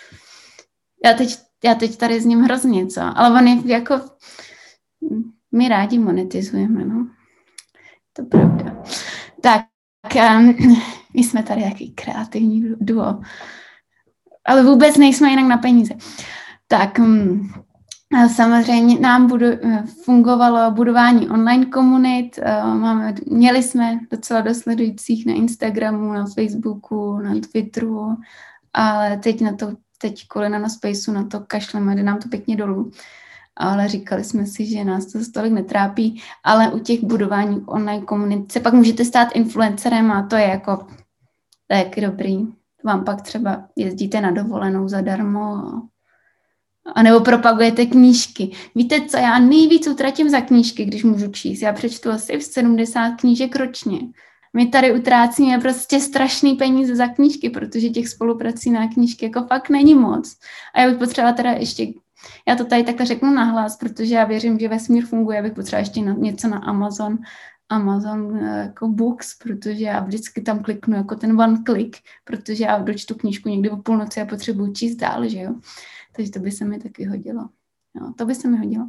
Já teď tady s ním hrozně, co? Ale on je jako, my rádi monetizujeme, no. To pravda. Tak, my jsme tady jaký kreativní duo. ale vůbec nejsme jinak na peníze. Tak a samozřejmě nám fungovalo budování online komunit, měli jsme docela dosledujících na Instagramu, na Facebooku, na Twitteru, ale teď kvůli Nanospaceu na to kašleme, jde nám to pěkně dolů. Ale říkali jsme si, že nás to tolik netrápí, ale u těch budování online komunit se pak můžete stát influencerem a to je taky dobrý. Vám pak třeba jezdíte na dovolenou zadarmo a nebo propagujete knížky. Víte co, já nejvíc utratím za knížky, když můžu číst. Já přečtu asi 70 knížek ročně. My tady utrácíme prostě strašný peníze za knížky, protože těch spoluprací na knížky jako fakt není moc. A já bych potřebovala teda ještě, já to tady takhle řeknu nahlas, protože já věřím, že vesmír funguje, já bych potřebovala ještě něco na Amazon jako Books, protože já vždycky tam kliknu jako ten one click, protože já dočtu knížku někdy o půlnoci a potřebuji číst dál, že jo. Takže to by se mi taky hodilo. Jo, to by se mi hodilo.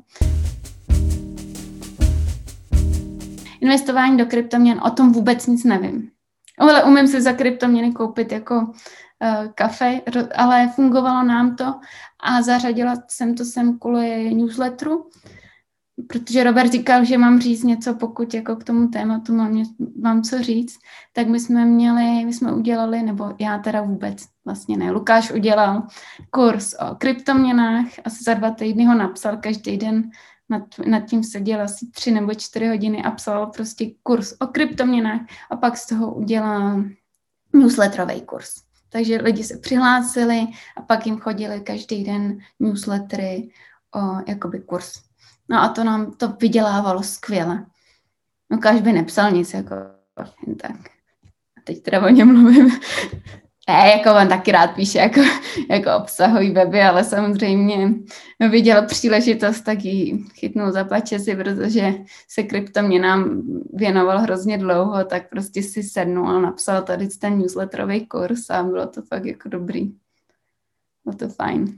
Investování do kryptoměn, o tom vůbec nic nevím. Ale umím si za kryptoměny koupit jako kafe, ale fungovalo nám to a zařadila jsem to sem kvůli newsletteru, protože Robert říkal, že mám říct něco, pokud jako k tomu tématu mám co říct, tak my jsme udělali, nebo já teda vůbec vlastně ne, Lukáš udělal kurz o kryptoměnách, asi za 2 týdny ho napsal, každý den nad tím seděl asi 3 nebo 4 hodiny a psal prostě kurz o kryptoměnách a pak z toho udělal newsletterový kurz. Takže lidi se přihlásili a pak jim chodili každý den newslettery o jakoby kurz. No a to nám to vydělávalo skvěle. Lukáš by nepsal nic, jako tak. A teď teda o něm mluvím. Ne, jako on taky rád píše jako obsahový weby, ale samozřejmě viděl příležitost, tak ji chytnul za pačesy, protože se kryptoměnám věnoval hrozně dlouho, tak prostě si sednul a napsal tady ten newsletterový kurz a bylo to fakt jako dobrý. Bylo to fajn.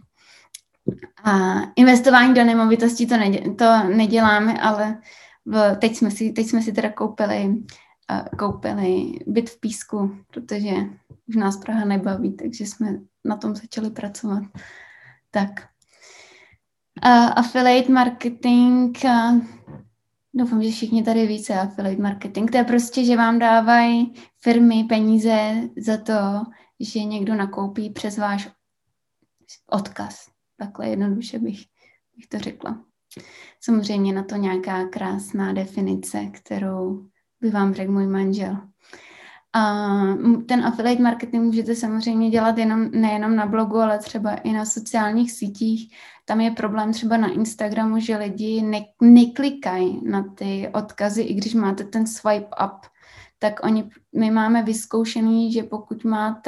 A investování do nemovitostí to neděláme, ale teď jsme si teda koupili byt v Písku, protože už nás Praha nebaví, takže jsme na tom začali pracovat. Tak. Affiliate marketing, doufám, že všichni tady více affiliate marketing, to je prostě, že vám dávají firmy peníze za to, že někdo nakoupí přes váš odkaz. Takhle jednoduše bych to řekla. Samozřejmě na to nějaká krásná definice, kterou by vám řekl můj manžel. A ten affiliate marketing můžete samozřejmě dělat nejenom na blogu, ale třeba i na sociálních sítích. Tam je problém třeba na Instagramu, že lidi neklikají na ty odkazy, i když máte ten swipe up. Tak my máme vyzkoušený, že pokud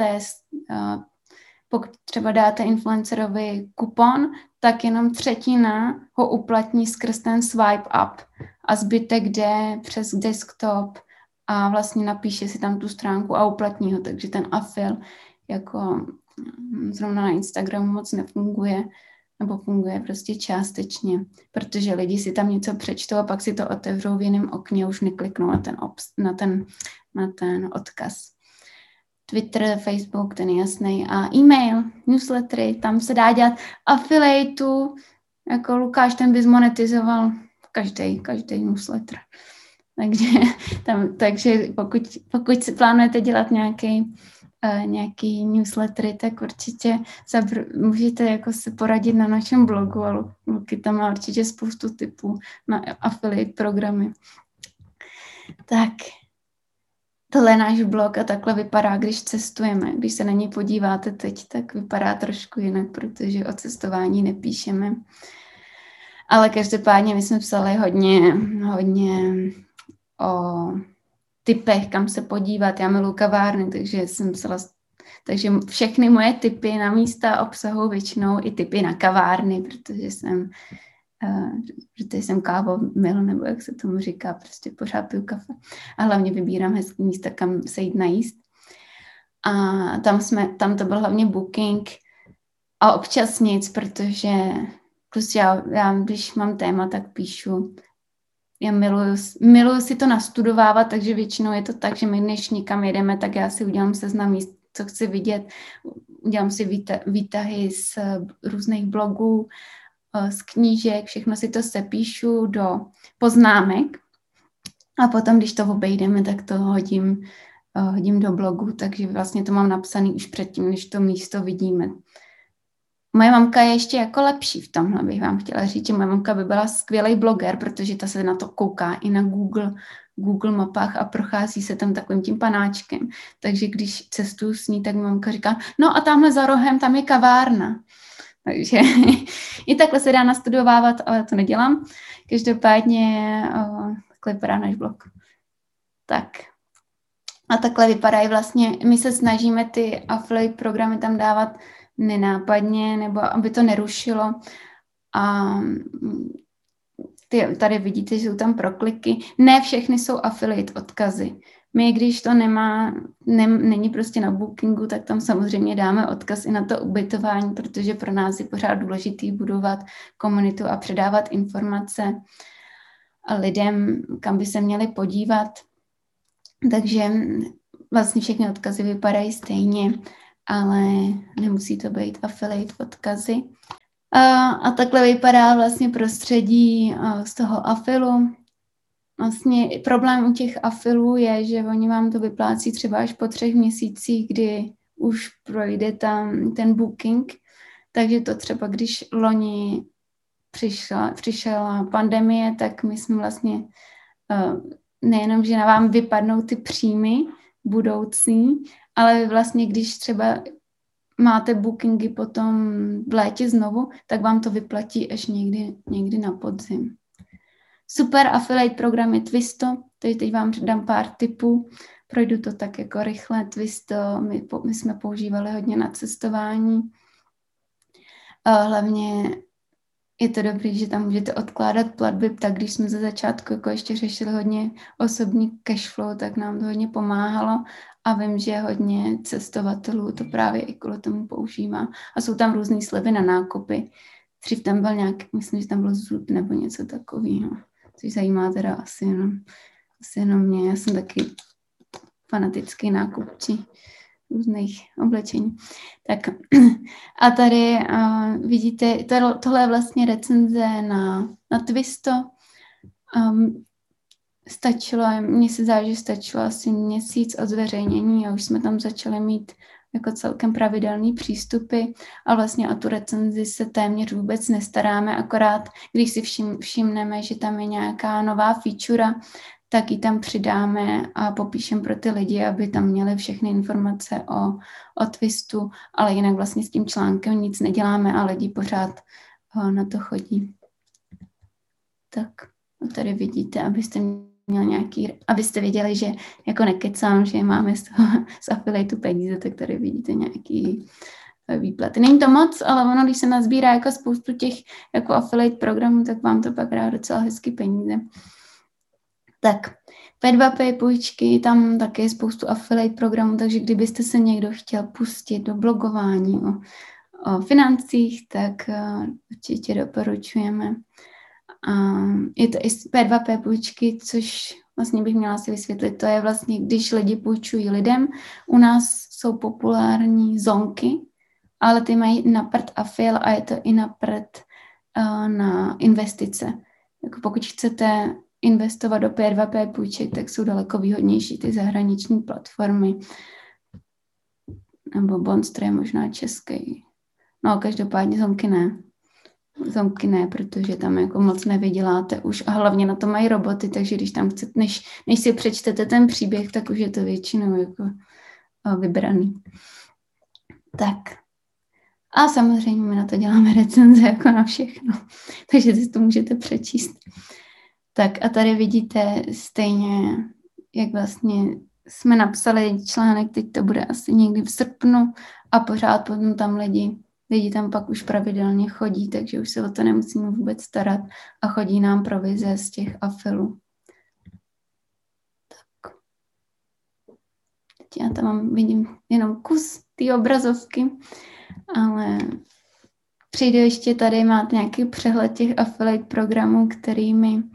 třeba dáte influencerovi kupon, tak jenom 1/3 ho uplatní skrz ten swipe up a zbytek jde přes desktop a vlastně napíše si tam tu stránku a uplatní ho, takže ten affil jako zrovna na Instagramu moc nefunguje, nebo funguje prostě částečně, protože lidi si tam něco přečtou a pak si to otevřou v jiném okně, už nekliknou na ten odkaz. Twitter, Facebook, ten je jasný, a e-mail, newslettery, tam se dá dělat affiliateu, jako Lukáš ten by zmonetizoval každý newsletter. Takže pokud si plánujete dělat nějaký newslettery, tak určitě můžete jako se poradit na našem blogu a Luky tam má určitě spoustu typů na affiliate programy. Tak, tohle je náš blog a takhle vypadá, když cestujeme. Když se na něj podíváte teď, tak vypadá trošku jinak, protože o cestování nepíšeme. Ale každopádně my jsme psali hodně o typech, kam se podívat. Já miluji kavárny, takže takže všechny moje tipy na místa obsahují většinou i tipy na kavárny, protože jsem kávomil, nebo jak se tomu říká, prostě pořád piju kafe. A hlavně vybírám hezký místa, kam se jít najíst. A tam to byl hlavně booking a občas nic, protože prostě já když mám téma, tak píšu. Já miluju si to nastudovávat, takže většinou je to tak, že my než někam jedeme, tak já si udělám seznam míst, co chci vidět. dělám si výtahy z různých blogů, z knížek, všechno si to sepíšu do poznámek a potom, když to obejdeme, tak to hodím do blogu, takže vlastně to mám napsaný už předtím, než to místo vidíme. Moje mamka je ještě jako lepší v tomhle, bych vám chtěla říct, že moje mamka by byla skvělý bloger, protože ta se na to kouká i na Google mapách a prochází se tam takovým tím panáčkem. Takže když cestuju s ní, tak mamka říká, no a tamhle za rohem, tam je kavárna. Takže i takhle se dá nastudovávat, ale to nedělám. Každopádně takhle vypadá náš blog. Tak. A takhle vypadají vlastně, my se snažíme ty affiliate programy tam dávat nenápadně, nebo aby to nerušilo. A tady vidíte, že jsou tam prokliky. Ne všechny jsou affiliate odkazy. My, když to není prostě na Bookingu, tak tam samozřejmě dáme odkaz i na to ubytování, protože pro nás je pořád důležitý budovat komunitu a předávat informace lidem, kam by se měli podívat. Takže vlastně všechny odkazy vypadají stejně, ale nemusí to být affiliate odkazy. A takhle vypadá vlastně prostředí z toho afilu. Vlastně problém u těch afilů je, že oni vám to vyplácí třeba až po 3 měsících, kdy už projde tam ten booking. Takže to třeba, když loni přišla pandemie, tak my jsme vlastně nejenom, že na vám vypadnou ty příjmy budoucí, ale vlastně když třeba máte bookingy potom v létě znovu, tak vám to vyplatí až někdy na podzim. Super affiliate program je Twisto, teď vám dám pár tipů, projdu to tak jako rychle. Twisto my jsme používali hodně na cestování. Hlavně je to dobrý, že tam můžete odkládat platby, tak když jsme za začátku jako ještě řešili hodně osobní cashflow, tak nám to hodně pomáhalo a vím, že hodně cestovatelů to právě i kvůli tomu používá. A jsou tam různý slevy na nákupy. Dřív tam byl nějaký, myslím, že tam byl zub nebo něco takového, což zajímá teda asi jenom mě. Já jsem taky fanatický nákupčí různých oblečení. Tak a tady vidíte, tohle je vlastně recenze na Twisto. Mně se zdá, že stačilo asi měsíc od zveřejnění a už jsme tam začali mít jako celkem pravidelný přístupy a vlastně o tu recenzi se téměř vůbec nestaráme, akorát když si všimneme, že tam je nějaká nová feature, tak ji tam přidáme a popíšem pro ty lidi, aby tam měli všechny informace o Twistu, ale jinak vlastně s tím článkem nic neděláme a lidi pořád na to chodí. Tak tady vidíte, abyste věděli, že jako nekecám, že máme z affiliateu peníze, tak tady vidíte nějaký výplaty. Není to moc, ale ono, když se nazbírá jako spoustu těch jako affiliate programů, tak vám to pak dá docela hezky peníze. Tak, P2P půjčky, tam také je spoustu affiliate programů, takže kdybyste se někdo chtěl pustit do blogování o financích, tak určitě doporučujeme. Je to i P2P půjčky, což vlastně bych měla si vysvětlit, to je vlastně, když lidi půjčují lidem, u nás jsou populární zonky, ale ty mají na prd afil a je to i na prd na investice. Jako pokud chcete investovat do P2P půjček, tak jsou daleko výhodnější ty zahraniční platformy. Nebo Bonster je možná český. No, každopádně Zonky ne, protože tam jako moc nevyděláte už a hlavně na to mají roboty, takže když tam chcete, než si přečtete ten příběh, tak už je to většinou jako vybraný. Tak. A samozřejmě my na to děláme recenze jako na všechno, takže si to můžete přečíst. Tak a tady vidíte stejně, jak vlastně jsme napsali článek, teď to bude asi někdy v srpnu a pořád potom tam lidi tam pak už pravidelně chodí, takže už se o to nemusíme vůbec starat a chodí nám provize z těch afilů. Tak. Teď já tam vidím jenom kus té obrazovky, ale přijde ještě tady, máte nějaký přehled těch affiliate programů, kterými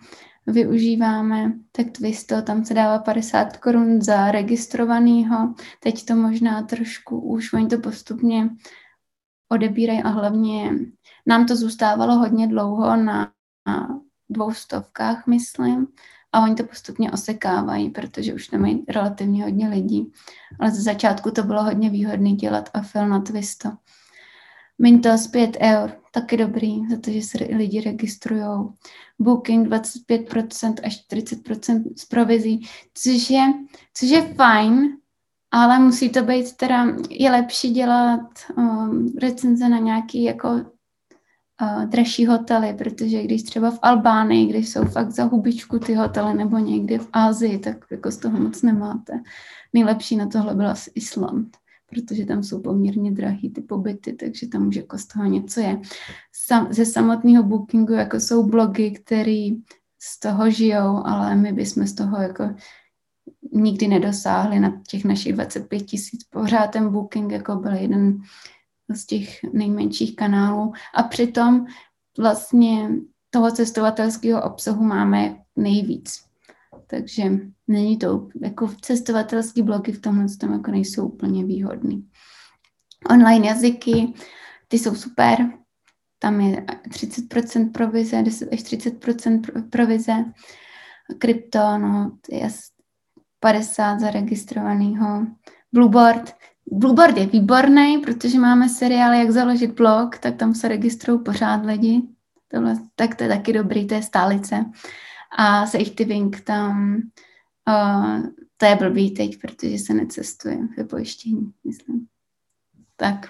využíváme, tak Twisto, tam se dává 50 korun za registrovanýho. Teď to možná trošku už, oni to postupně odebírají a hlavně nám to zůstávalo hodně dlouho na 200, myslím, a oni to postupně osekávají, protože už tam mají relativně hodně lidí. Ale ze začátku to bylo hodně výhodné dělat afil na Twisto. Mintos 5 eur, taky dobrý, za to, že se lidi registrujou. Booking 25% až 40% z provizí, což je fajn, ale musí to být teda, je lepší dělat recenze na nějaký jako dražší hotely, protože když třeba v Albánii, když jsou fakt za hubičku ty hotely, nebo někde v Asii, tak jako z toho moc nemáte. Nejlepší na tohle byl asi Island, protože tam jsou poměrně drahý ty pobyty, takže tam už jako z toho něco je. Ze samotného bookingu jako jsou blogy, které z toho žijou, ale my bychom z toho jako nikdy nedosáhli na těch našich 25 000. Pořád ten booking jako byl jeden z těch nejmenších kanálů a přitom vlastně toho cestovatelského obsahu máme nejvíc. Takže není to, jako cestovatelský blogy v tomhle tam jako nejsou úplně výhodný. Online jazyky, ty jsou super, tam je 30% provize, 10 až 30% provize. Krypto, no, je 50 zaregistrovanýho. Blueboard je výborný, protože máme seriál Jak založit blog, tak tam se registrují pořád lidi. Tak to je taky dobrý, to je stálice. A Safety tam, to je blbý teď, protože se necestuje ve pojištění, myslím. Tak.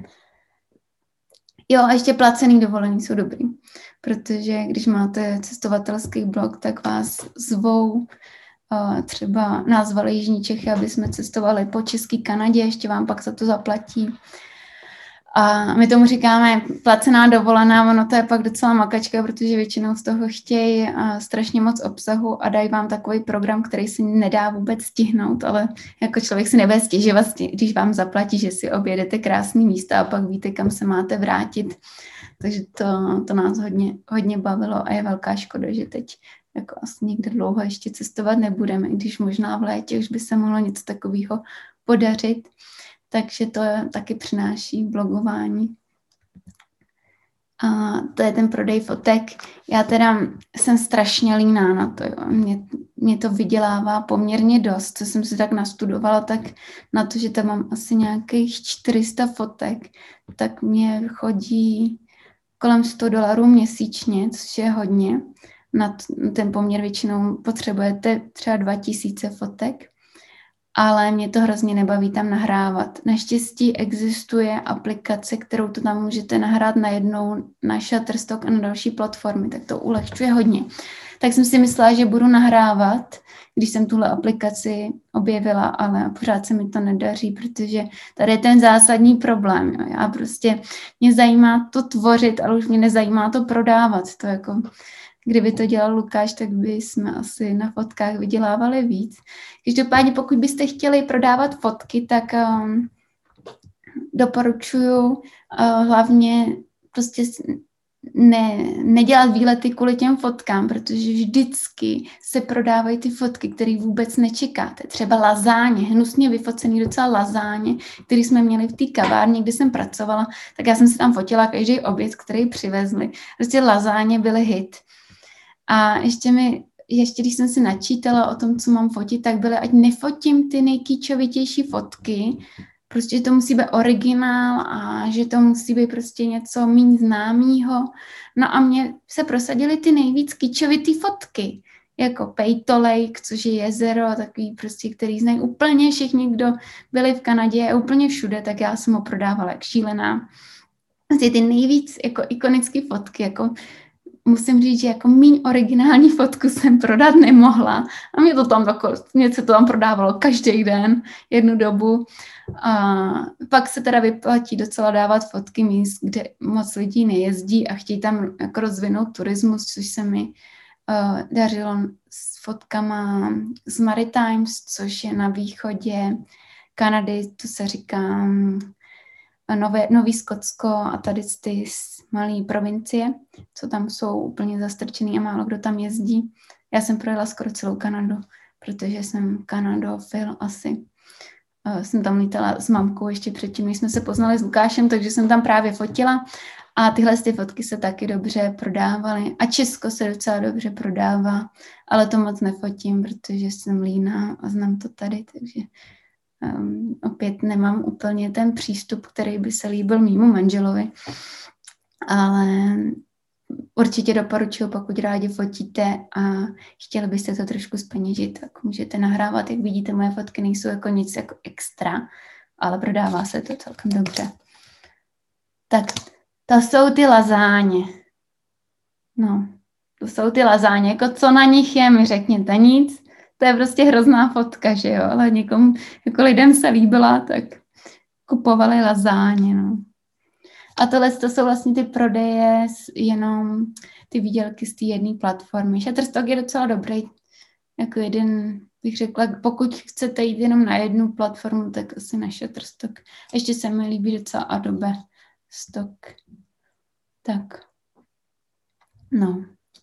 Jo, a ještě placený dovolení jsou dobrý, protože když máte cestovatelský blog, tak vás zvou, třeba nás zvali Jižní Čechy, aby jsme cestovali po české Kanadě, ještě vám pak za to zaplatí. A my tomu říkáme placená dovolená, ono to je pak docela makačka, protože většinou z toho chtějí strašně moc obsahu a dají vám takový program, který si nedá vůbec stihnout, ale jako člověk si nebude stěžovat, když vám zaplatí, že si objedete krásný místa a pak víte, kam se máte vrátit. Takže to nás hodně bavilo a je velká škoda, že teď jako asi někde dlouho ještě cestovat nebudeme, i když možná v létě už by se mohlo něco takového podařit. Takže to taky přináší blogování. A to je ten prodej fotek. Já teda jsem strašně líná na to. Jo. Mě to vydělává poměrně dost. Co jsem si tak nastudovala, tak na to, že tam mám asi nějakých 400 fotek, tak mě chodí kolem $100 měsíčně, což je hodně. Na ten poměr většinou potřebujete třeba 2000 fotek. Ale mě to hrozně nebaví tam nahrávat. Naštěstí existuje aplikace, kterou to tam můžete nahrát najednou na Shutterstock a na další platformy, tak to ulehčuje hodně. Tak jsem si myslela, že budu nahrávat, když jsem tuhle aplikaci objevila, ale pořád se mi to nedaří, protože tady je ten zásadní problém. Jo. Já prostě, mě zajímá to tvořit, ale už mě nezajímá to prodávat. To jako... Kdyby to dělal Lukáš, tak by jsme asi na fotkách vydělávali víc. Každopádně, pokud byste chtěli prodávat fotky, tak doporučuji hlavně prostě nedělat výlety kvůli těm fotkám, protože vždycky se prodávají ty fotky, které vůbec nečekáte. Třeba lazáně, hnusně vyfocený docela lazáně, který jsme měli v té kavárně, kde jsem pracovala, tak já jsem si tam fotila každý oběd, který přivezli. Prostě lazáně byly hit. A ještě když jsem si načítala o tom, co mám fotit, tak byly, ať nefotím ty nejkýčovitější fotky, prostě to musí být originál a že to musí být prostě něco méně známýho. No a mně se prosadily ty nejvíc kýčovitý fotky, jako Peyto Lake, což je jezero, takový prostě, který znají úplně všichni, kdo byli v Kanadě, úplně všude, tak já jsem ho prodávala jak šílená. Ty nejvíc jako ikonické fotky, jako musím říct, že jako míň originální fotku jsem prodat nemohla. A mě se to tam prodávalo každý den, jednu dobu. A pak se teda vyplatí docela dávat fotky míst, kde moc lidí nejezdí a chtějí tam jako rozvinout turismus, což se mi dařilo s fotkama z Maritimes, což je na východě Kanady, to se říká Nový Skotsko a tady ty malé provincie, co tam jsou úplně zastrčený a málo kdo tam jezdí. Já jsem projela skoro celou Kanadu, protože jsem kanadofil asi. Jsem tam lítala s mamkou ještě předtím, než jsme se poznali s Lukášem, takže jsem tam právě fotila a tyhle ty fotky se taky dobře prodávaly. A Česko se docela dobře prodává, ale to moc nefotím, protože jsem líná a znám to tady, takže opět nemám úplně ten přístup, který by se líbil mému manželovi. Ale určitě doporučuji, pokud rádi fotíte a chtěli byste to trošku zpeněžit, tak můžete nahrávat. Jak vidíte, moje fotky nejsou jako nic jako extra, ale prodává se to celkem dobře. Tak to jsou ty lazáně. No, to jsou ty lazáně. Jako co na nich je, mi řekněte nic. To je prostě hrozná fotka, že jo, ale někomu, jako lidem se líbila, tak kupovali lazáně, no. A tohle to jsou vlastně ty prodeje, jenom ty výdělky z té jedné platformy. Shutterstock je docela dobrý, jako jeden, bych řekla, pokud chcete jít jenom na jednu platformu, tak asi na Shutterstock. Ještě se mi líbí docela Adobe Stock. Tak, no.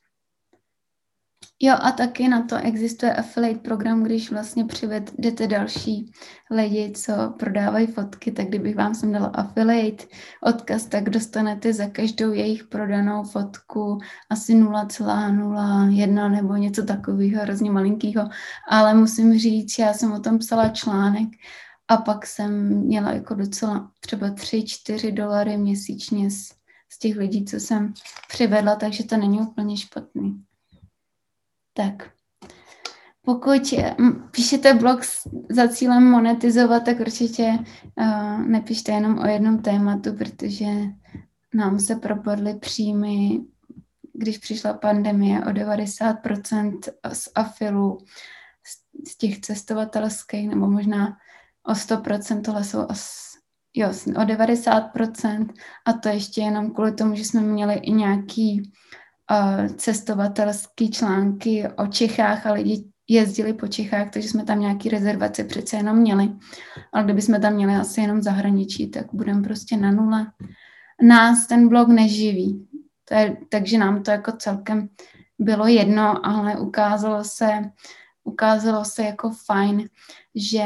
Jo, a taky na to existuje affiliate program, když vlastně přivedete další lidi, co prodávají fotky, tak kdybych vám sem dala affiliate odkaz, tak dostanete za každou jejich prodanou fotku asi 0,01 nebo něco takového, hrozně malinkého. Ale musím říct, já jsem o tom psala článek a pak jsem měla jako docela třeba $3-4 měsíčně z těch lidí, co jsem přivedla, takže to není úplně špatný. Tak, pokud píšete blog za cílem monetizovat, tak určitě nepíšte jenom o jednom tématu, protože nám se propadly příjmy, když přišla pandemie, o 90% z afilů, z těch cestovatelských, nebo možná o 100%, tohle jsou o 90%, a to ještě jenom kvůli tomu, že jsme měli i nějaký cestovatelský články o Čechách a lidi jezdili po Čechách, takže jsme tam nějaký rezervace přece jenom měli. Ale kdyby jsme tam měli asi jenom zahraničí, tak budeme prostě na nule. Nás ten blog neživí. Takže nám to jako celkem bylo jedno, ale ukázalo se jako fajn, že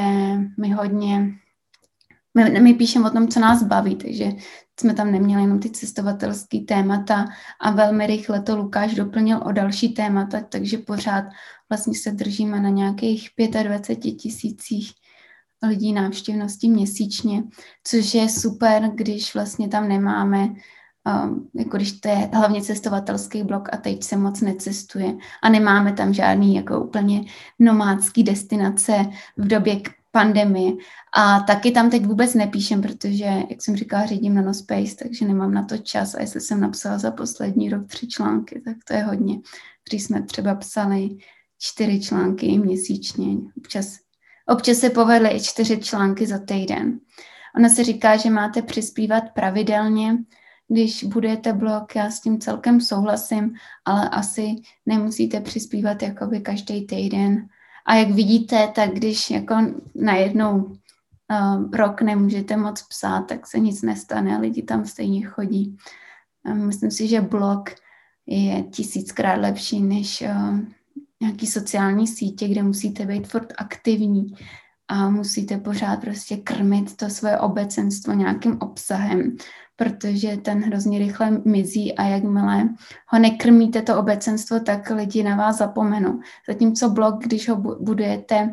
my píšeme o tom, co nás baví, takže jsme tam neměli jenom ty cestovatelské témata a velmi rychle to Lukáš doplnil o další témata, takže pořád vlastně se držíme na nějakých 25 000 lidí návštěvnosti měsíčně, což je super, když vlastně tam nemáme, jako když to je hlavně cestovatelský blog a teď se moc necestuje a nemáme tam žádný jako úplně nomádský destinace v době pandemie. A taky tam teď vůbec nepíšem, protože, jak jsem říkala, řídím Nanospace, takže nemám na to čas a jestli jsem napsala za poslední rok 3 články, tak to je hodně. Když jsme třeba psali 4 články měsíčně. Občas se povedly i 4 články za týden. Ono se říká, že máte přispívat pravidelně, když budujete blog, já s tím celkem souhlasím, ale asi nemusíte přispívat jakoby každý týden. A jak vidíte, tak když jako najednou rok nemůžete moc psát, tak se nic nestane a lidi tam stejně chodí. Myslím si, že blog je 1000krát lepší než nějaký sociální sítě, kde musíte být furt aktivní a musíte pořád prostě krmit to svoje obecenstvo nějakým obsahem, protože ten hrozně rychle mizí a jakmile ho nekrmíte to obecenstvo, tak lidi na vás zapomenou. Zatímco blog, když ho budujete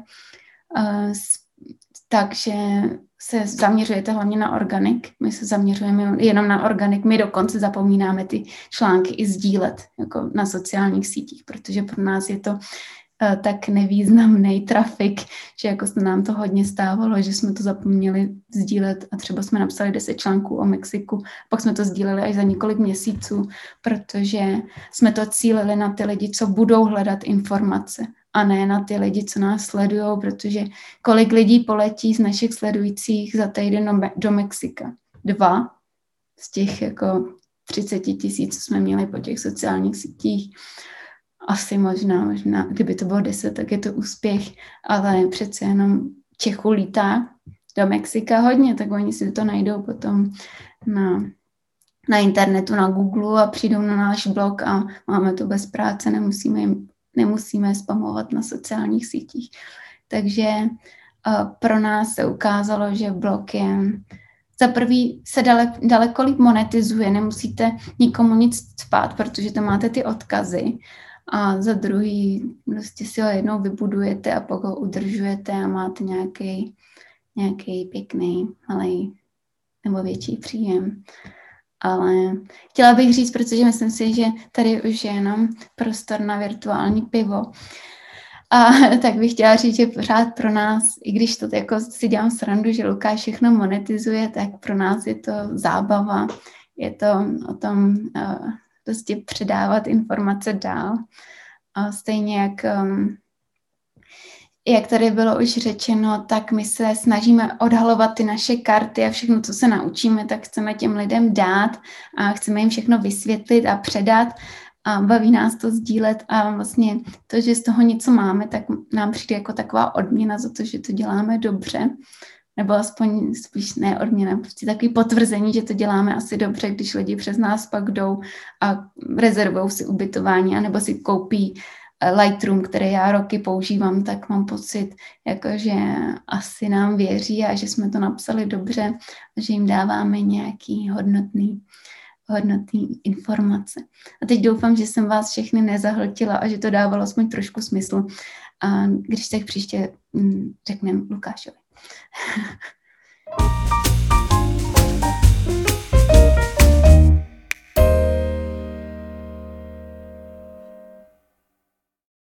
takže se zaměřujete hlavně na organik. My se zaměřujeme jenom na organik. My dokonce zapomínáme ty články i sdílet jako na sociálních sítích, protože pro nás je to tak nevýznamný trafik, že jako se nám to hodně stávalo, že jsme to zapomněli sdílet a třeba jsme napsali 10 článků o Mexiku, pak jsme to sdíleli až za několik měsíců, protože jsme to cílili na ty lidi, co budou hledat informace a ne na ty lidi, co nás sledujou, protože kolik lidí poletí z našich sledujících za týden do Mexika? 2 z těch jako 30 000, co jsme měli po těch sociálních sítích. Asi možná, kdyby to bylo 10, tak je to úspěch, ale přece jenom Čechů lítá do Mexika hodně, tak oni si to najdou potom na internetu, na Google a přijdou na náš blog a máme to bez práce, nemusíme spamovat na sociálních sítích. Takže pro nás se ukázalo, že blog je za prvý se daleko líp monetizuje, nemusíte nikomu nic cpát, protože tam máte ty odkazy. A za druhý prostě si ho jednou vybudujete a pak ho udržujete a máte nějaký pěkný, malej nebo větší příjem. Ale chtěla bych říct, protože myslím si, že tady už je jenom prostor na virtuální pivo. A tak bych chtěla říct, že pořád pro nás, i když to jako si dělám srandu, že Lukáš všechno monetizuje, tak pro nás je to zábava. Je to o tom prostě předávat informace dál. A stejně jak tady bylo už řečeno, tak my se snažíme odhalovat ty naše karty a všechno, co se naučíme, tak chceme těm lidem dát a chceme jim všechno vysvětlit a předat a baví nás to sdílet a vlastně to, že z toho něco máme, tak nám přijde jako taková odměna za to, že to děláme dobře, nebo aspoň spíš ne odměna, prostě takový potvrzení, že to děláme asi dobře, když lidi přes nás pak jdou a rezervují si ubytování anebo si koupí Lightroom, který já roky používám, tak mám pocit, že asi nám věří a že jsme to napsali dobře a že jim dáváme nějaký hodnotný informace. A teď doufám, že jsem vás všechny nezahltila a že to dávalo aspoň trošku smysl. A když tak příště řekneme Lukášovi.